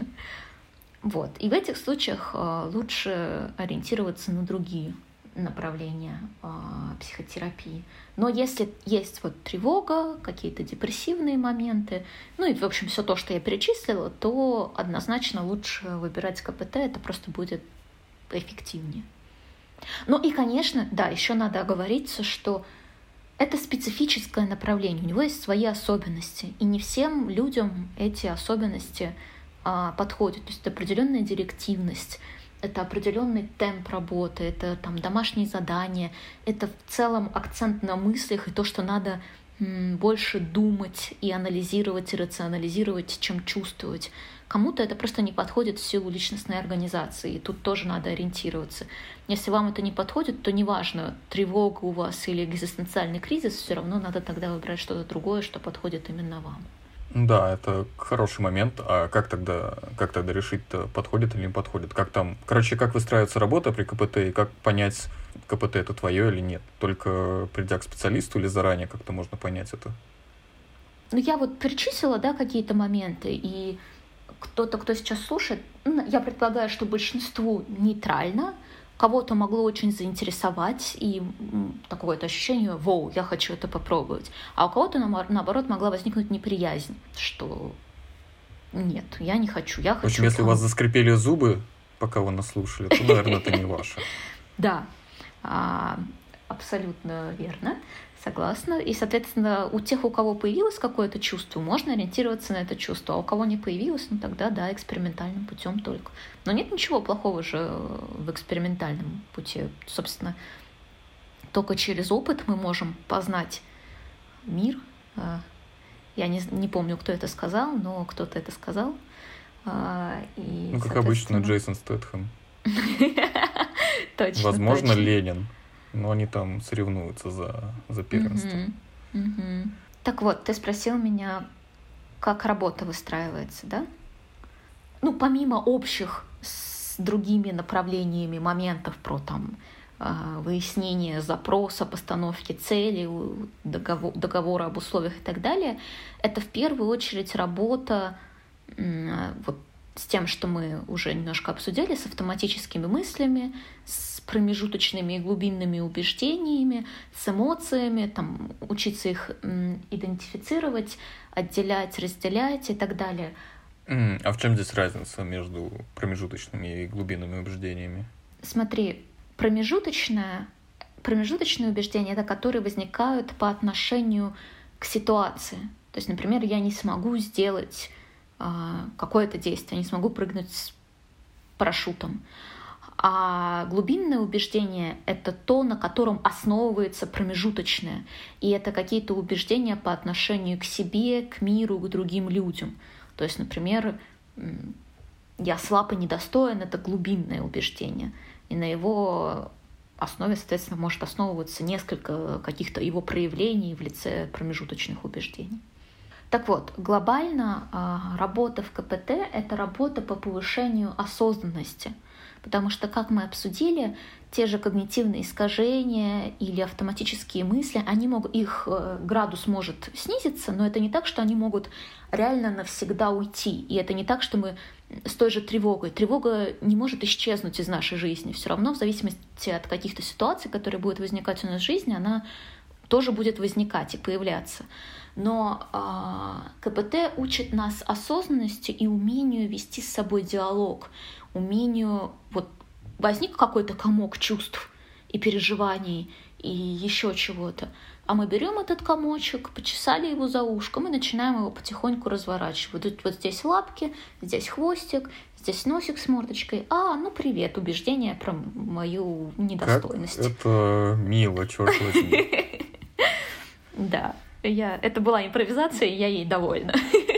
Вот. И в этих случаях лучше ориентироваться на другие направления психотерапии. Но если есть тревога, какие-то депрессивные моменты, и, в общем, все то, что я перечислила, то однозначно лучше выбирать КПТ, это просто будет эффективнее. И, конечно, да, еще надо оговориться, что это специфическое направление, у него есть свои особенности, и не всем людям эти особенности подходят. То есть это определенная директивность, это определенный темп работы, это домашние задания, это в целом акцент на мыслях и то, что надо больше думать и анализировать, и рационализировать, чем чувствовать. Кому-то это просто не подходит в силу личностной организации, и тут тоже надо ориентироваться. Если вам это не подходит, то неважно, тревога у вас или экзистенциальный кризис, все равно надо тогда выбрать что-то другое, что подходит именно вам. Да, это хороший момент. А как тогда решить, подходит или не подходит? Как выстраивается работа при КПТ и как понять, КПТ это твое или нет? Только придя к специалисту или заранее как-то можно понять это? Я перечислила, да, какие-то моменты, и кто сейчас слушает, я предполагаю, что большинству нейтрально, кого-то могло очень заинтересовать, и такое-то ощущение: «Воу, я хочу это попробовать». А у кого-то, наоборот, могла возникнуть неприязнь, что нет, я не хочу, я хочу... В общем, если у вас заскрипели зубы, пока вы нас слушали, то, наверное, это не ваше. Да. абсолютно верно, согласна. И, соответственно, у тех, у кого появилось какое-то чувство, можно ориентироваться на это чувство, а у кого не появилось, ну тогда да, экспериментальным путем только. Но нет ничего плохого же в экспериментальном пути. Собственно, только через опыт мы можем познать мир. Я не помню, кто это сказал, но кто-то это сказал. И, ну, как обычно, Джейсон Стэтхэм. Точно. Возможно, точно. Ленин. Но они там соревнуются за первенство. Так вот, ты спросил меня, как работа выстраивается, да? Ну, помимо общих с другими направлениями моментов про там выяснение запроса, постановки цели, договора об условиях и так далее, это в первую очередь работа вот с тем, что мы уже немножко обсудили, с автоматическими мыслями, с промежуточными и глубинными убеждениями, с эмоциями, там, учиться их идентифицировать, отделять, разделять и так далее. А в чем здесь разница между промежуточными и глубинными убеждениями? Смотри, промежуточные убеждения — это которые возникают по отношению к ситуации. То есть, например, я не смогу сделать какое-то действие, не смогу прыгнуть с парашютом. А глубинное убеждение — это то, на котором основывается промежуточное. И это какие-то убеждения по отношению к себе, к миру, к другим людям. То есть, например, я слаб и недостоин — это глубинное убеждение. И на его основе, соответственно, может основываться несколько каких-то его проявлений в лице промежуточных убеждений. Так вот, глобально работа в КПТ — это работа по повышению осознанности, потому что, как мы обсудили, те же когнитивные искажения или автоматические мысли, их градус может снизиться, но это не так, что они могут реально навсегда уйти. И это не так, что мы с той же тревогой. Тревога не может исчезнуть из нашей жизни. Все равно, в зависимости от каких-то ситуаций, которые будут возникать у нас в жизни, она тоже будет возникать и появляться. Но КПТ учит нас осознанности и умению вести с собой диалог, умению возник какой-то комок чувств и переживаний и еще чего-то, а мы берем этот комочек, почесали его за ушком и начинаем его потихоньку разворачивать. Вот здесь лапки, здесь хвостик, здесь носик с мордочкой. Ну привет, убеждение про мою недостойность. Как это мило, черт возьми. Да. Это была импровизация, и я ей довольна.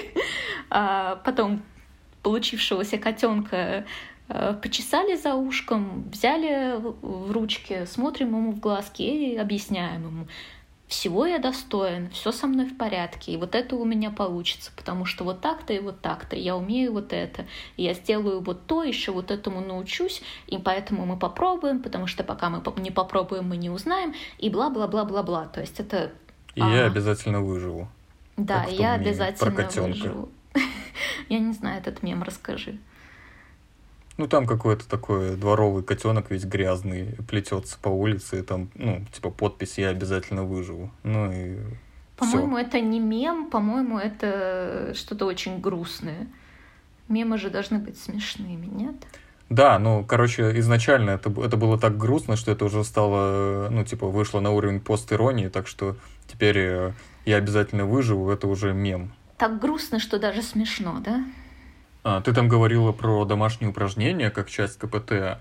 Потом получившегося котенка почесали за ушком, взяли в ручки, смотрим ему в глазки и объясняем ему: всего я достоин, все со мной в порядке, и вот это у меня получится, потому что вот так-то и вот так-то, я умею вот это, и я сделаю вот то, еще вот этому научусь, и поэтому мы попробуем, потому что пока мы не попробуем, мы не узнаем, и бла-бла-бла-бла-бла. То есть это... И я обязательно выживу. Да, я обязательно выживу. Я не знаю этот мем, расскажи. Ну, там какой-то такой дворовый котенок весь грязный плетется по улице, и там, подпись «Я обязательно выживу». Ну и по-моему, это не мем, по-моему, это что-то очень грустное. Мемы же должны быть смешными, нет? Да, изначально это было так грустно, что это уже стало, вышло на уровень пост-иронии, так что теперь «Я обязательно выживу» — это уже мем. Так грустно, что даже смешно, да? Ты там говорила про домашние упражнения как часть КПТ.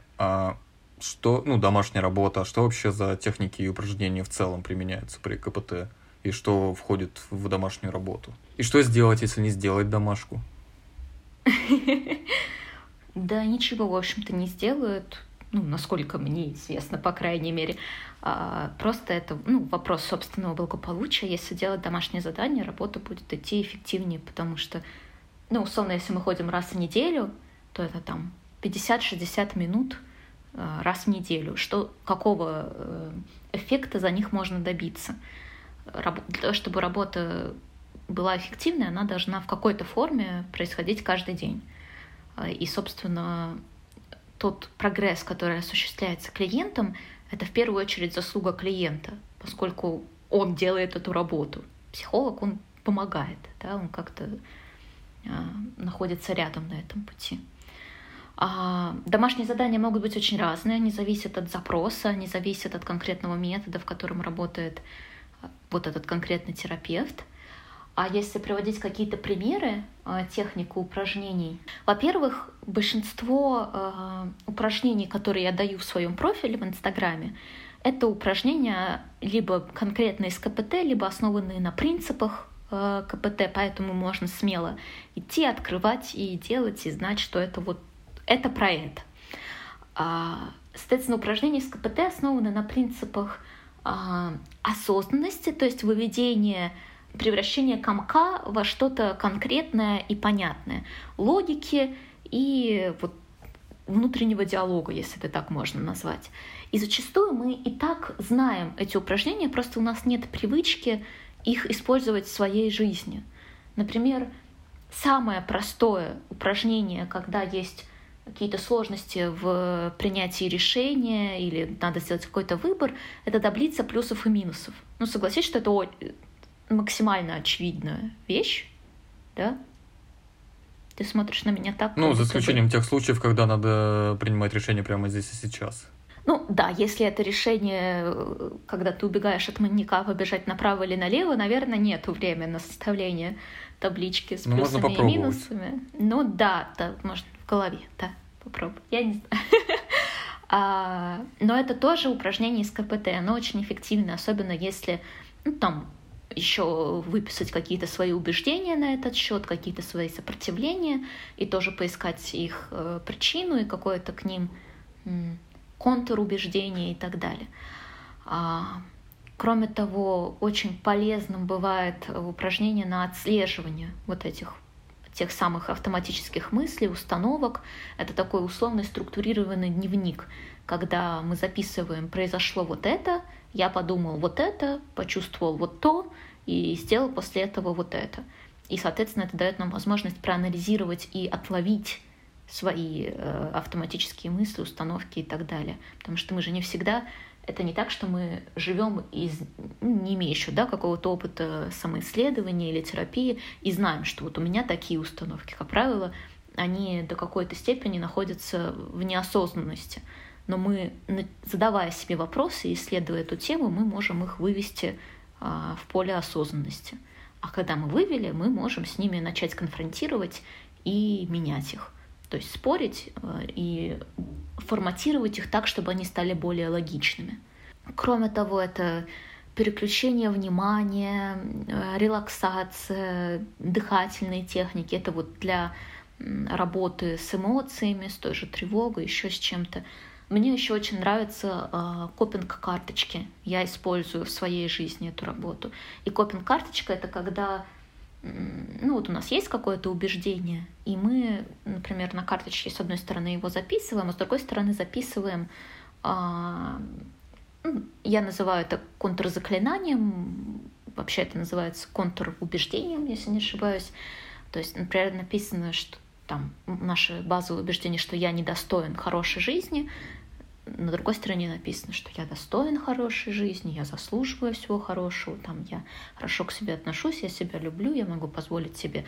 Домашняя работа, а что вообще за техники и упражнения в целом применяются при КПТ? И что входит в домашнюю работу? И что сделать, если не сделать домашку? Да ничего, в общем-то, не сделают, насколько мне известно, по крайней мере. Просто это вопрос собственного благополучия. Если делать домашнее задание, работа будет идти эффективнее, потому что, условно, если мы ходим раз в неделю, то это там 50-60 минут раз в неделю. Какого эффекта за них можно добиться? Для того, чтобы работа была эффективной, она должна в какой-то форме происходить каждый день. И, собственно, тот прогресс, который осуществляется клиентом, это в первую очередь заслуга клиента, поскольку он делает эту работу. Психолог, он помогает, да, он как-то находится рядом на этом пути. Домашние задания могут быть очень разные, они зависят от запроса, они зависят от конкретного метода, в котором работает вот этот конкретный терапевт. А если приводить какие-то примеры техник и упражнений, во-первых, большинство упражнений, которые я даю в своем профиле в Инстаграме, это упражнения либо конкретно из КПТ, либо основанные на принципах КПТ, поэтому можно смело идти, открывать и делать, и знать, что это вот это про это. Соответственно, упражнения из КПТ основаны на принципах осознанности, то есть превращение комка во что-то конкретное и понятное, логики и вот внутреннего диалога, если это так можно назвать. И зачастую мы и так знаем эти упражнения, просто у нас нет привычки их использовать в своей жизни. Например, самое простое упражнение, когда есть какие-то сложности в принятии решения или надо сделать какой-то выбор, это таблица плюсов и минусов. Ну, согласись, что это максимально очевидная вещь, да? Ты смотришь на меня так... Ну, за исключением тех случаев, когда надо принимать решение прямо здесь и сейчас. Ну, да, если это решение, когда ты убегаешь от маньяка, побежать направо или налево, наверное, нету времени на составление таблички с плюсами и минусами. Ну, да, может, в голове, да, попробуй. Я не знаю. Но это тоже упражнение из КПТ, оно очень эффективно, особенно если, еще выписать какие-то свои убеждения на этот счет, какие-то свои сопротивления, и тоже поискать их причину и какое-то к ним контур убеждения и так далее. Кроме того, очень полезным бывает упражнение на отслеживание вот тех самых автоматических мыслей, установок. Это такой условный структурированный дневник, когда мы записываем: произошло вот это, я подумал вот это, почувствовал вот то и сделал после этого вот это. И, соответственно, это дает нам возможность проанализировать и отловить свои автоматические мысли, установки и так далее. Потому что мы же не всегда... Это не так, что мы живем, не имея еще какого-то опыта самоисследования или терапии, и знаем, что вот у меня такие установки. Как правило, они до какой-то степени находятся в неосознанности. Но мы, задавая себе вопросы и исследуя эту тему, мы можем их вывести в поле осознанности. А когда мы вывели, мы можем с ними начать конфронтировать и менять их. То есть спорить и форматировать их так, чтобы они стали более логичными. Кроме того, это переключение внимания, релаксация, дыхательные техники. Это вот для работы с эмоциями, с той же тревогой, еще с чем-то. Мне еще очень нравятся копинг-карточки. Я использую в своей жизни эту работу. И копинг-карточка — это когда вот у нас есть какое-то убеждение, и мы, например, на карточке с одной стороны его записываем, а с другой стороны записываем, я называю это контрзаклинанием, вообще это называется контрубеждением, если не ошибаюсь. То есть, например, написано, что там наше базовое убеждение, что я недостоин хорошей жизни. На другой стороне написано, что я достоин хорошей жизни, я заслуживаю всего хорошего, я хорошо к себе отношусь, я себя люблю, я могу позволить себе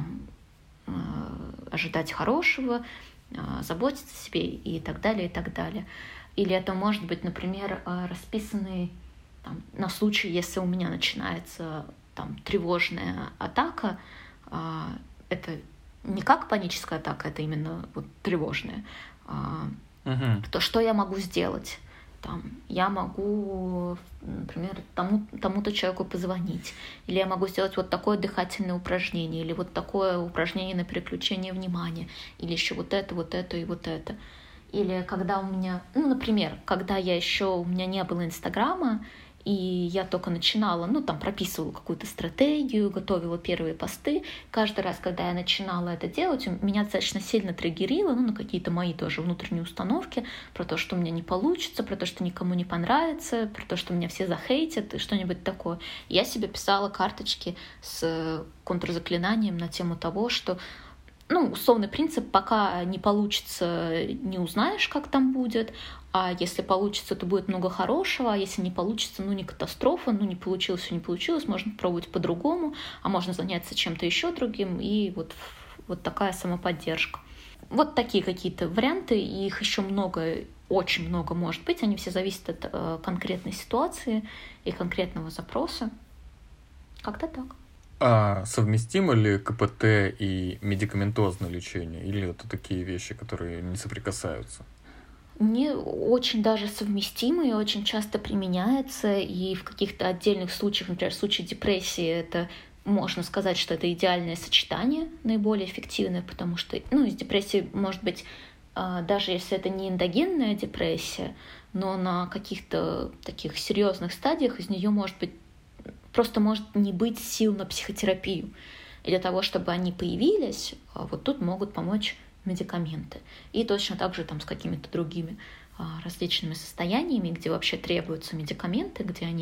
ожидать хорошего, заботиться о себе и так далее, и так далее. Или это может быть, например, расписанный на случай, если у меня начинается тревожная атака. Это не как паническая атака, это именно тревожная. То что я могу сделать? Я могу, например, тому-то человеку позвонить, или я могу сделать вот такое дыхательное упражнение, или вот такое упражнение на переключение внимания, или еще вот это и вот это. Или когда у меня, например, когда у меня не было Инстаграма, и я только начинала, прописывала какую-то стратегию, готовила первые посты. Каждый раз, когда я начинала это делать, меня достаточно сильно триггерило, на какие-то мои тоже внутренние установки про то, что у меня не получится, про то, что никому не понравится, про то, что меня все захейтят и что-нибудь такое. Я себе писала карточки с контрзаклинанием на тему того, что условный принцип: пока не получится, не узнаешь, как там будет, а если получится, то будет много хорошего, а если не получится, не катастрофа, не получилось, можно пробовать по-другому, а можно заняться чем-то еще другим, и вот такая самоподдержка. Вот такие какие-то варианты, и их еще много, очень много может быть. Они все зависят от конкретной ситуации и конкретного запроса. Как-то так. А совместимо ли КПТ и медикаментозное лечение? Или это такие вещи, которые не соприкасаются? Не очень даже совместимы и очень часто применяется, и в каких-то отдельных случаях, например, в случае депрессии, это можно сказать, что это идеальное сочетание, наиболее эффективное, потому что, из депрессии может быть, даже если это не эндогенная депрессия, но на каких-то таких серьезных стадиях из нее просто может не быть сил на психотерапию. И для того, чтобы они появились, вот тут могут помочь медикаменты. И точно так же с какими-то другими различными состояниями, где вообще требуются медикаменты,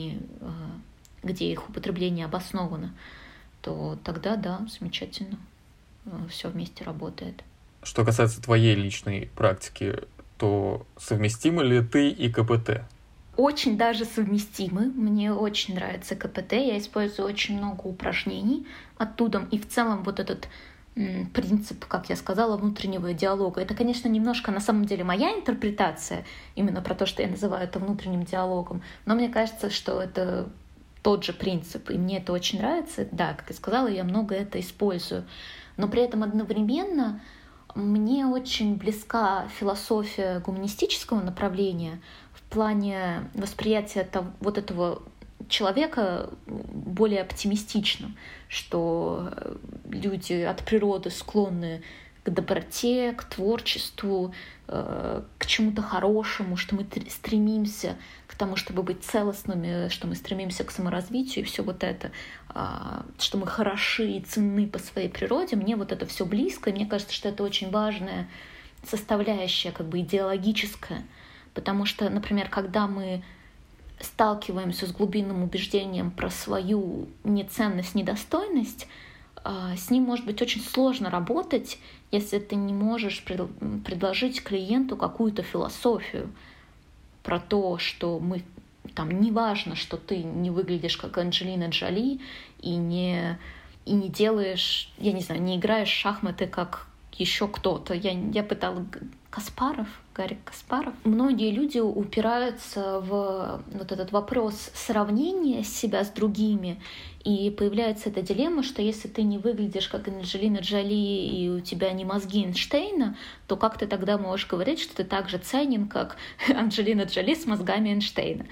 где их употребление обосновано, то тогда, да, замечательно, все вместе работает. Что касается твоей личной практики, то совместимы ли ты и КПТ? Очень даже совместимы. Мне очень нравится КПТ. Я использую очень много упражнений оттуда. И в целом вот этот принцип, как я сказала, внутреннего диалога. Это, конечно, немножко на самом деле моя интерпретация именно про то, что я называю это внутренним диалогом. Но мне кажется, что это тот же принцип. И мне это очень нравится. Да, как я сказала, я много это использую. Но при этом одновременно мне очень близка философия гуманистического направления в плане восприятия вот этого человека более оптимистичным, что люди от природы склонны к доброте, к творчеству, к чему-то хорошему, что мы стремимся к тому, чтобы быть целостными, что мы стремимся к саморазвитию, и все вот это, что мы хороши и ценны по своей природе, мне вот это все близко, и мне кажется, что это очень важная составляющая, идеологическая, потому что, например, когда мы сталкиваемся с глубинным убеждением про свою неценность, недостойность, с ним может быть очень сложно работать, если ты не можешь предложить клиенту какую-то философию про то, что не важно, что ты не выглядишь как Анджелина Джоли и не делаешь, я не знаю, не играешь в шахматы как еще кто-то. Я пытала Гарри Каспаров. Многие люди упираются в вот этот вопрос сравнения себя с другими, и появляется эта дилемма, что если ты не выглядишь как Анджелина Джоли и у тебя не мозги Эйнштейна, то как ты тогда можешь говорить, что ты так же ценен, как Анджелина Джоли с мозгами Эйнштейна?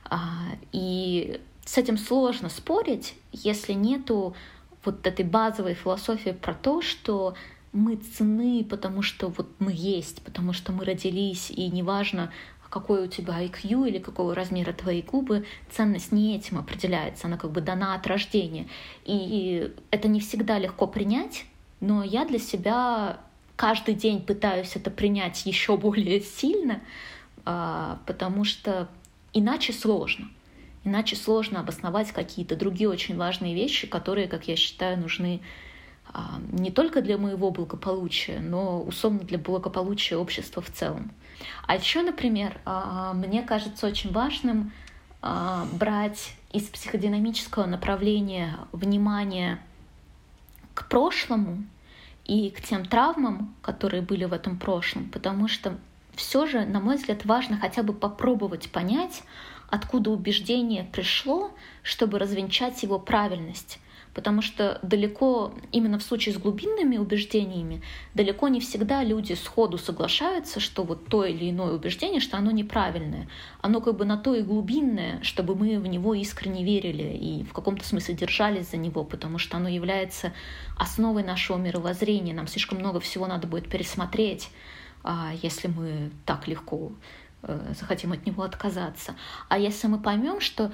И с этим сложно спорить, если нету вот этой базовой философии про то, что мы ценны, потому что мы есть, потому что мы родились, и неважно, какой у тебя IQ или какого размера твои губы, ценность не этим определяется, она дана от рождения. И это не всегда легко принять, но я для себя каждый день пытаюсь это принять еще более сильно, потому что иначе сложно. Иначе сложно обосновать какие-то другие очень важные вещи, которые, как я считаю, нужны не только для моего благополучия, но условно для благополучия общества в целом. А еще, например, мне кажется очень важным брать из психодинамического направления внимание к прошлому и к тем травмам, которые были в этом прошлом, потому что все же, на мой взгляд, важно хотя бы попробовать понять, откуда убеждение пришло, чтобы развенчать его правильность. Потому что именно в случае с глубинными убеждениями, далеко не всегда люди сходу соглашаются, что то или иное убеждение, что оно неправильное. Оно на то и глубинное, чтобы мы в него искренне верили и в каком-то смысле держались за него, потому что оно является основой нашего мировоззрения. Нам слишком много всего надо будет пересмотреть, если мы так легко захотим от него отказаться. А если мы поймем, что...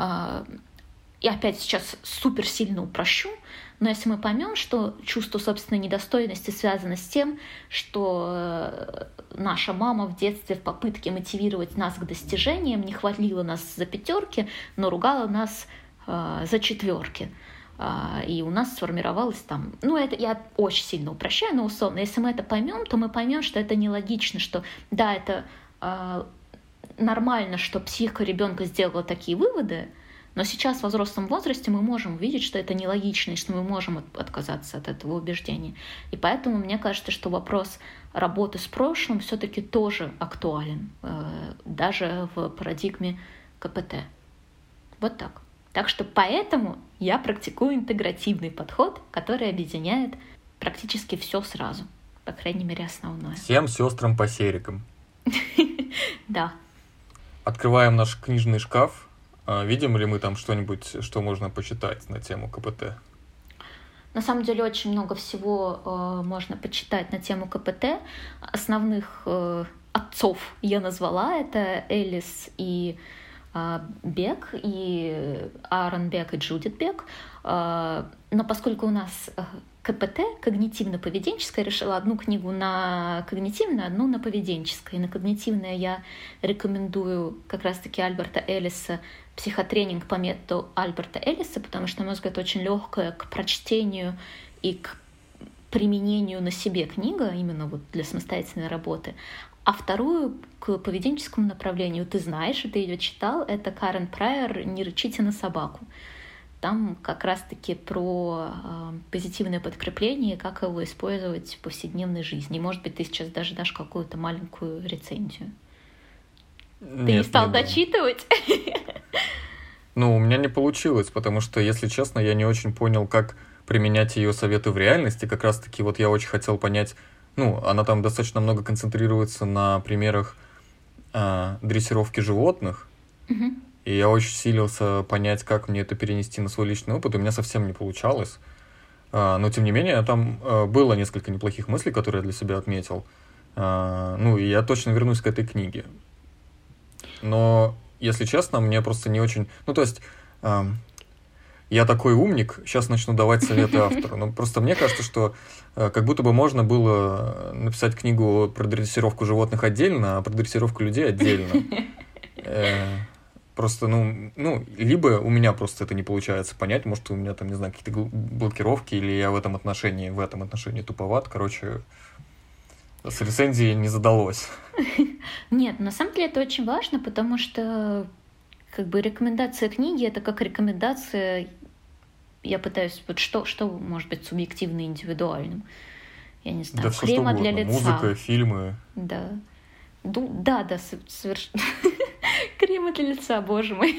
И опять сейчас супер сильно упрощу, но если мы поймем, что чувство собственной недостойности связано с тем, что наша мама в детстве в попытке мотивировать нас к достижениям не хвалила нас за 5, но ругала нас за 4. И у нас сформировалось это я очень сильно упрощаю, но условно, если мы это поймем, то мы поймем, что это нелогично, что да, это нормально, что психика ребенка сделала такие выводы, Но сейчас в взрослом возрасте мы можем увидеть, что это нелогично, и что мы можем отказаться от этого убеждения. И поэтому мне кажется, что вопрос работы с прошлым все-таки тоже актуален, даже в парадигме КПТ. Вот так. Так что поэтому я практикую интегративный подход, который объединяет практически все сразу. По крайней мере, основное. Всем сестрам по серикам. Да. Открываем наш книжный шкаф. Видим ли мы там что-нибудь, что можно почитать на тему КПТ? На самом деле очень много всего можно почитать на тему КПТ. Основных отцов я назвала. Это Эллис и Бек, и Аарон Бек и Джудит Бек. Но поскольку у нас КПТ, когнитивно-поведенческое, решила одну книгу на когнитивное, одну на поведенческое. И на когнитивное я рекомендую как раз-таки Альберта Эллиса, психотренинг по методу Альберта Эллиса, потому что, на мой взгляд, очень легкая к прочтению и к применению на себе книга, именно вот для самостоятельной работы. А вторую к поведенческому направлению ты знаешь, и ты ее читал, это Карен Прайер «Не рычите на собаку». Там как раз-таки про позитивное подкрепление, как его использовать в повседневной жизни. И, может быть, ты сейчас даже дашь какую-то маленькую рецензию. Нет, ты не стал дочитывать? Ну, у меня не получилось, потому что, если честно, я не очень понял, как применять ее советы в реальности. Как раз-таки вот я очень хотел понять, она там достаточно много концентрируется на примерах дрессировки животных, и я очень силился понять, как мне это перенести на свой личный опыт, и у меня совсем не получалось. Но, тем не менее, там было несколько неплохих мыслей, которые я для себя отметил. И я точно вернусь к этой книге. Но, если честно, мне просто не очень... я такой умник, сейчас начну давать советы автору. Но просто мне кажется, что как будто бы можно было написать книгу про дрессировку животных отдельно, а про дрессировку людей отдельно. Просто, либо у меня просто это не получается понять, может, у меня там, не знаю, какие-то блокировки, или я в этом отношении туповат. Короче, с рецензией не задалось. Нет, на самом деле это очень важно, потому что рекомендация книги — это как рекомендация, я пытаюсь, что может быть субъективно и индивидуальным? Я не знаю, да крема для лица. Музыка, фильмы. Да. Да, совершенно. Крема для лица, боже мой.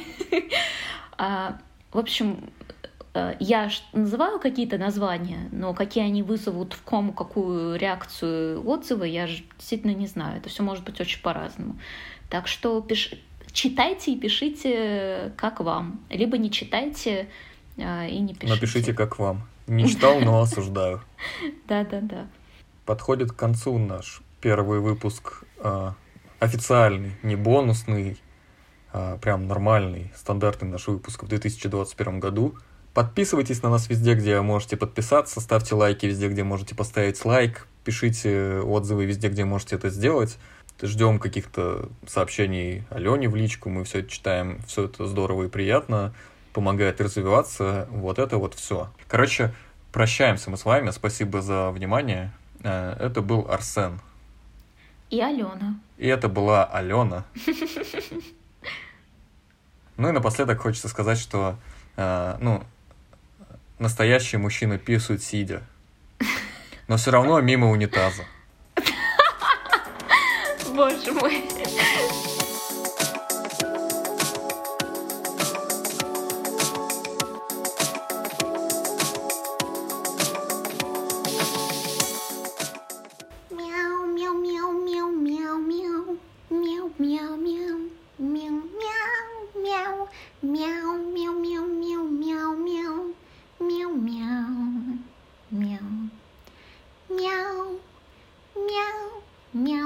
В общем, я называю какие-то названия, но какие они вызовут в кому какую реакцию, отзывы, я же действительно не знаю. Это все может быть очень по-разному. Так что читайте и пишите, как вам. Либо не читайте и не пишите. Напишите, как вам. Не читал, но осуждаю. Да. Подходит к концу наш первый выпуск, официальный, не бонусный, прям нормальный, стандартный наш выпуск в 2021 году. Подписывайтесь на нас везде, где можете подписаться, ставьте лайки везде, где можете поставить лайк, пишите отзывы везде, где можете это сделать. Ждем каких-то сообщений Алене в личку, мы все это читаем, все это здорово и приятно, помогает развиваться, вот это вот все. Короче, прощаемся мы с вами, спасибо за внимание. Это был Арсен. И Алена. И это была Алена. И напоследок хочется сказать, что настоящие мужчины писают сидя, но все равно мимо унитаза. Боже мой. Мяу.